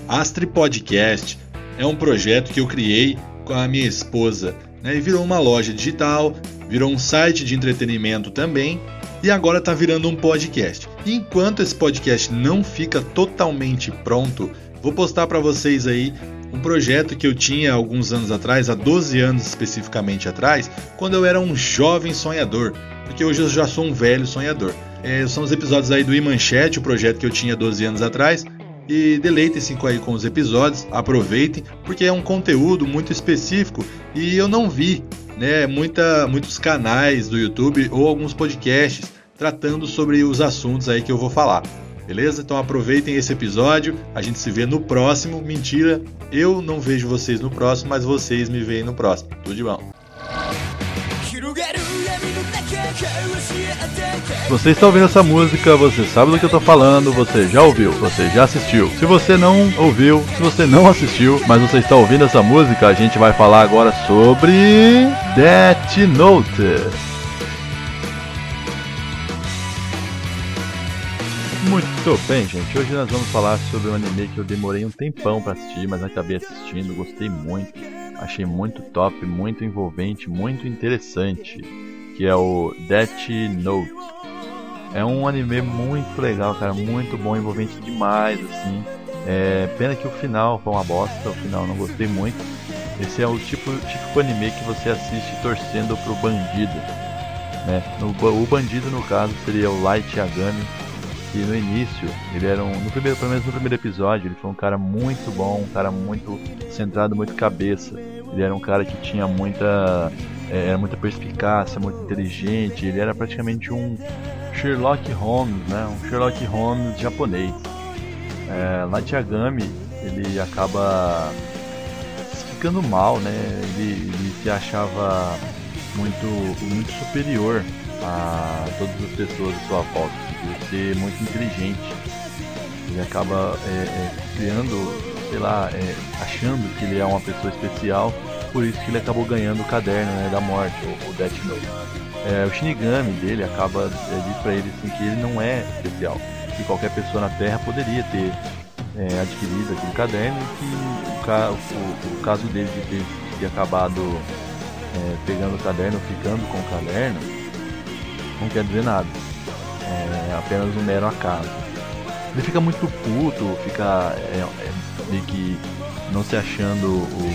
Astri Podcast é um projeto que eu criei com a minha esposa, né? E virou uma loja digital, virou um site de entretenimento também e agora está virando um podcast. E enquanto esse podcast não fica totalmente pronto, vou postar para vocês aí um projeto que eu tinha alguns anos atrás, há 12 anos especificamente atrás, quando eu era um jovem sonhador, porque hoje eu já sou um velho sonhador. São os episódios aí do Imanchete, o projeto que eu tinha 12 anos atrás, e deleitem-se aí com os episódios, aproveitem, porque é um conteúdo muito específico e eu não vi, né, muitos canais do YouTube ou alguns podcasts tratando sobre os assuntos aí que eu vou falar. Beleza? Então aproveitem esse episódio, a gente se vê no próximo. Mentira, eu não vejo vocês no próximo, mas vocês me veem no próximo. Tudo de bom. Você está ouvindo essa música, você sabe do que eu tô falando, você já ouviu, você já assistiu. Se você não ouviu, se você não assistiu, mas você está ouvindo essa música, a gente vai falar agora sobre Death Note. Muito bem, gente, hoje nós vamos falar sobre um anime que eu demorei um tempão pra assistir, mas acabei assistindo, gostei muito, achei muito top, muito envolvente, muito interessante, que é o Death Note. É um anime muito legal, cara, muito bom, envolvente demais, assim. Pena que o final foi uma bosta, o final eu não gostei muito. Esse é o típico anime que você assiste torcendo pro bandido, né? O bandido, no caso, seria o Light Yagami. E no início, ele era pelo menos no primeiro episódio, ele foi um cara muito bom, um cara muito centrado, muito cabeça. Ele era um cara que tinha muita perspicácia, muito inteligente. Ele era praticamente um Sherlock Holmes, né? Um Sherlock Holmes japonês. Light Yagami, ele acaba ficando mal, né? Ele se achava muito superior a todas as pessoas à sua volta. De ser muito inteligente. Ele acaba criando, sei lá, achando que ele é uma pessoa especial, por isso que ele acabou ganhando o caderno, né, da morte, o Death Note. O Shinigami dele acaba diz pra ele assim, que ele não é especial, que qualquer pessoa na Terra poderia ter adquirido aquele caderno, e que o caso dele de ter acabado pegando o caderno, ficando com o caderno, não quer dizer nada. É apenas um mero acaso. Ele fica muito puto, fica meio que não se achando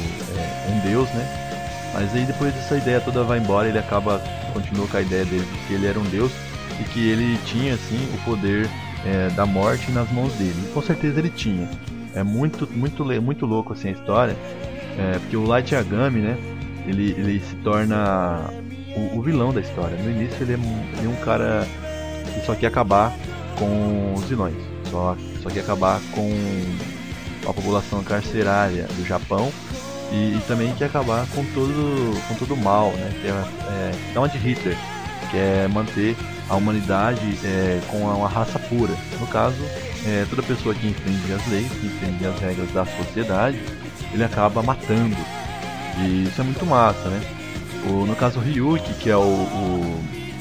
um deus, né? Mas aí depois dessa ideia toda vai embora, ele continua com a ideia dele de que ele era um deus e que ele tinha assim o poder da morte nas mãos dele. E com certeza ele tinha. É muito louco assim a história, porque o Light Yagami, né? Ele se torna o vilão da história. No início ele é um cara que só quer acabar com os vilões, só quer acabar com a população carcerária do Japão e também quer acabar com todo o mal, né? Que é onde Hitler quer manter a humanidade com uma raça pura. No caso, toda pessoa que infringe as leis, que infringe as regras da sociedade, ele acaba matando. E isso é muito massa, né? No caso, o Ryuki, que é o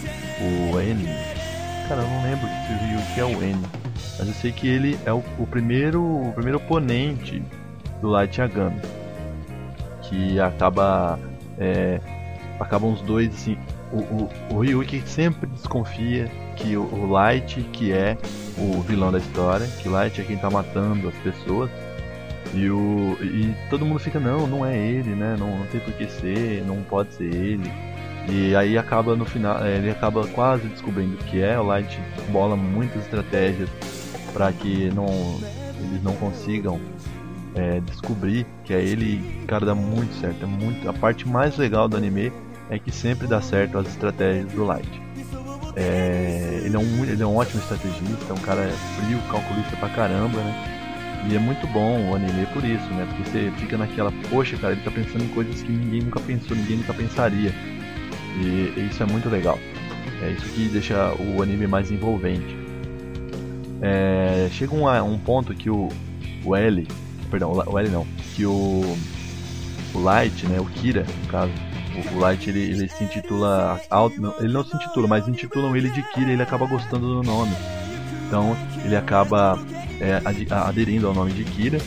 N. Cara, eu não lembro se o Ryuki é o N, mas eu sei que ele é o primeiro oponente do Light Yagami, que acabam os dois assim. O Ryuki sempre desconfia que o Light, que é o vilão da história, que o Light é quem tá matando as pessoas, e todo mundo fica, não é ele, né? Não tem por que ser, não pode ser ele. E aí acaba no final, ele acaba quase descobrindo que o Light bola muitas estratégias para que eles não consigam descobrir que é ele. Cara, dá muito certo, a parte mais legal do anime é que sempre dá certo as estratégias do Light. Ele é um ótimo estrategista, é um cara frio, calculista pra caramba, né? E é muito bom o anime por isso, né? Porque você fica naquela, poxa, cara, ele tá pensando em coisas que ninguém nunca pensou, ninguém nunca pensaria. E isso é muito legal. É isso que deixa o anime mais envolvente. Chega um ponto que o L não, que o Light, né, o Kira, no caso, o Light ele se intitula, ele não se intitula, mas intitulam ele de Kira, e ele acaba gostando do nome. Então ele acaba aderindo ao nome de Kira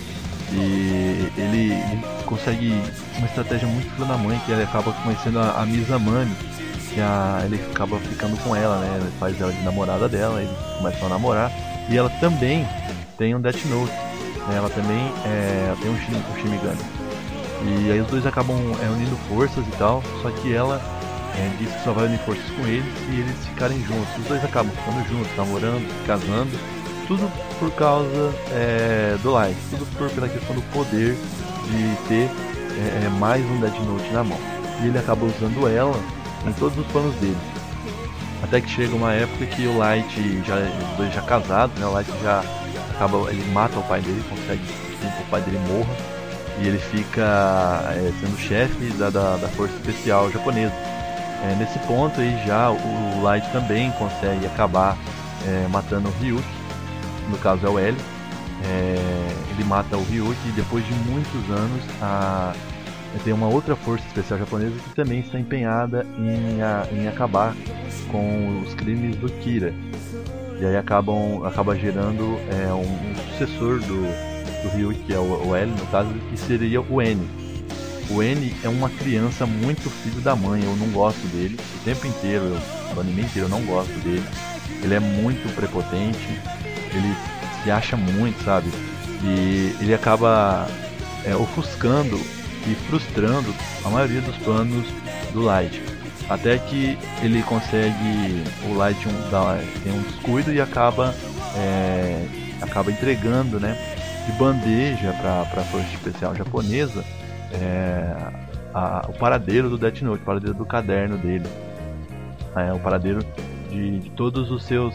E ele consegue uma estratégia muito filha da mãe, que ele acaba conhecendo a Mizamani, que ele acaba ficando com ela, né? Ele faz ela de namorada dela, eles começam a namorar. E ela também tem um Death Note, né? Ela também tem um Shinigami. E aí os dois acabam unindo forças e tal, só que ela diz que só vai unir forças com eles e eles ficarem juntos. Os dois acabam ficando juntos, namorando, se casando, tudo por causa do Light, tudo pela questão do poder de ter mais um Death Note na mão. E ele acaba usando ela em todos os planos dele. Até que chega uma época que o Light, os dois já casados, né? O Light já acaba, ele mata o pai dele, consegue que o pai dele morra. E ele fica sendo chefe da força especial japonesa. Nesse ponto aí já o Light também consegue acabar matando o Ryuki, no caso é o L. Ele mata o Ryuki e depois de muitos anos tem uma outra força especial japonesa que também está empenhada em acabar com os crimes do Kira. E aí acaba gerando um sucessor do Ryuki, que é o L no caso, que seria o N. O N é uma criança muito filho da mãe, eu não gosto dele. O tempo inteiro, o anime inteiro eu não gosto dele. Ele é muito prepotente, ele se acha muito, sabe? E ele acaba ofuscando e frustrando a maioria dos planos do Light. Até que ele consegue, o Light tem um descuido e acaba entregando, né, de bandeja para a força especial japonesa o paradeiro do Death Note, o paradeiro do caderno dele, o paradeiro de todos os seus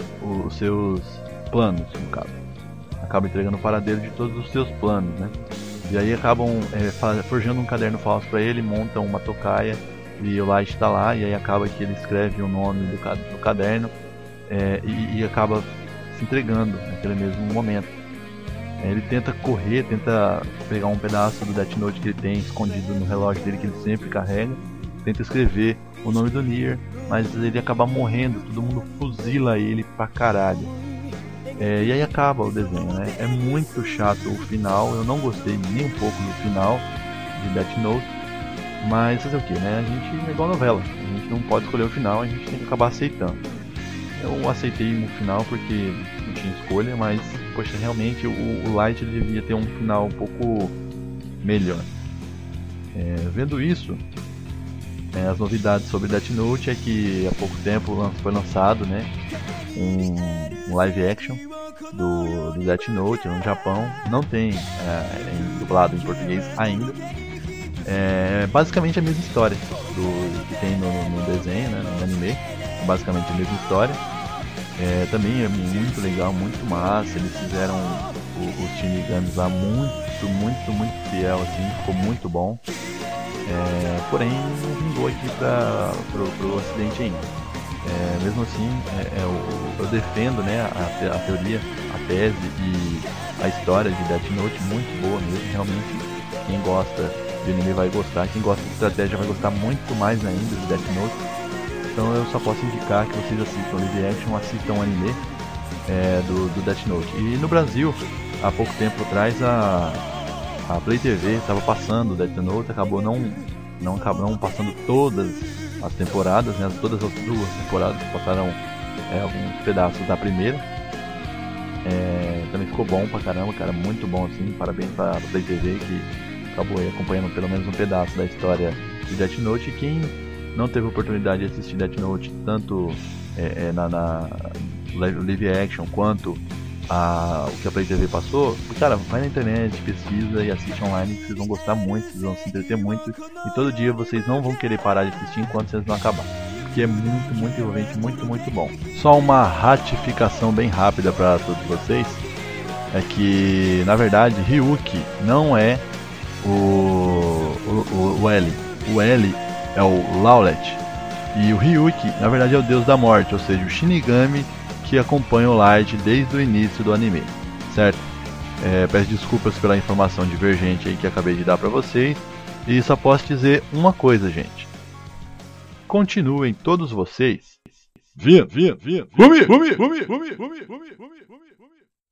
planos, no caso. Acaba entregando o paradeiro de todos os seus planos, né? E aí acabam forjando um caderno falso para ele, montam uma tocaia e o Light está lá, e aí acaba que ele escreve o nome do caderno e acaba se entregando naquele mesmo momento. Ele tenta correr, tenta pegar um pedaço do Death Note que ele tem escondido no relógio dele, que ele sempre carrega, tenta escrever o nome do Nier, mas ele acaba morrendo, todo mundo fuzila ele pra caralho. E aí acaba o desenho, né? É muito chato o final, eu não gostei nem um pouco do final de Death Note, mas fazer o que, né? A gente é igual novela, a gente não pode escolher o final, a gente tem que acabar aceitando. Eu aceitei o final porque não tinha escolha, mas poxa, realmente o Light ele devia ter um final um pouco melhor. Vendo isso, as novidades sobre Death Note é que há pouco tempo foi lançado, né, um live action do Death Note no Japão. Não tem dublado em português ainda. Basicamente a mesma história que tem no desenho, né, no anime. Basicamente a mesma história. Também é muito legal, muito massa. Eles fizeram os Shinigamis lá muito fiel, assim, ficou muito bom. Porém não vingou aqui pro ocidente ainda. Mesmo assim, eu defendo, né, a teoria, a tese e a história de Death Note, muito boa mesmo. Realmente, quem gosta de anime vai gostar, quem gosta de estratégia vai gostar muito mais ainda de Death Note. Então eu só posso indicar que vocês assistam live action, assistam o anime do Death Note. E no Brasil, há pouco tempo atrás, a Play TV estava passando Death Note, acabou não passando todas as temporadas, né, todas as duas temporadas, passaram alguns pedaços da primeira. Também ficou bom pra caramba, cara, muito bom assim, parabéns pra Play TV que acabou aí acompanhando pelo menos um pedaço da história de Death Note. E quem não teve oportunidade de assistir Death Note tanto na live action quanto o que a Play TV passou, cara, vai na internet, pesquisa e assiste online, que vocês vão gostar muito, vocês vão se entreter muito, e todo dia vocês não vão querer parar de assistir enquanto vocês não acabar, porque é muito envolvente, muito bom. Só uma ratificação bem rápida para todos vocês, é que na verdade Ryuki não é o L. O L é o Lawlet, e o Ryuki na verdade é o deus da morte, ou seja, o Shinigami que acompanha o Light desde o início do anime, certo? Peço desculpas pela informação divergente aí que acabei de dar pra vocês, e só posso dizer uma coisa, gente. Continuem todos vocês. Via.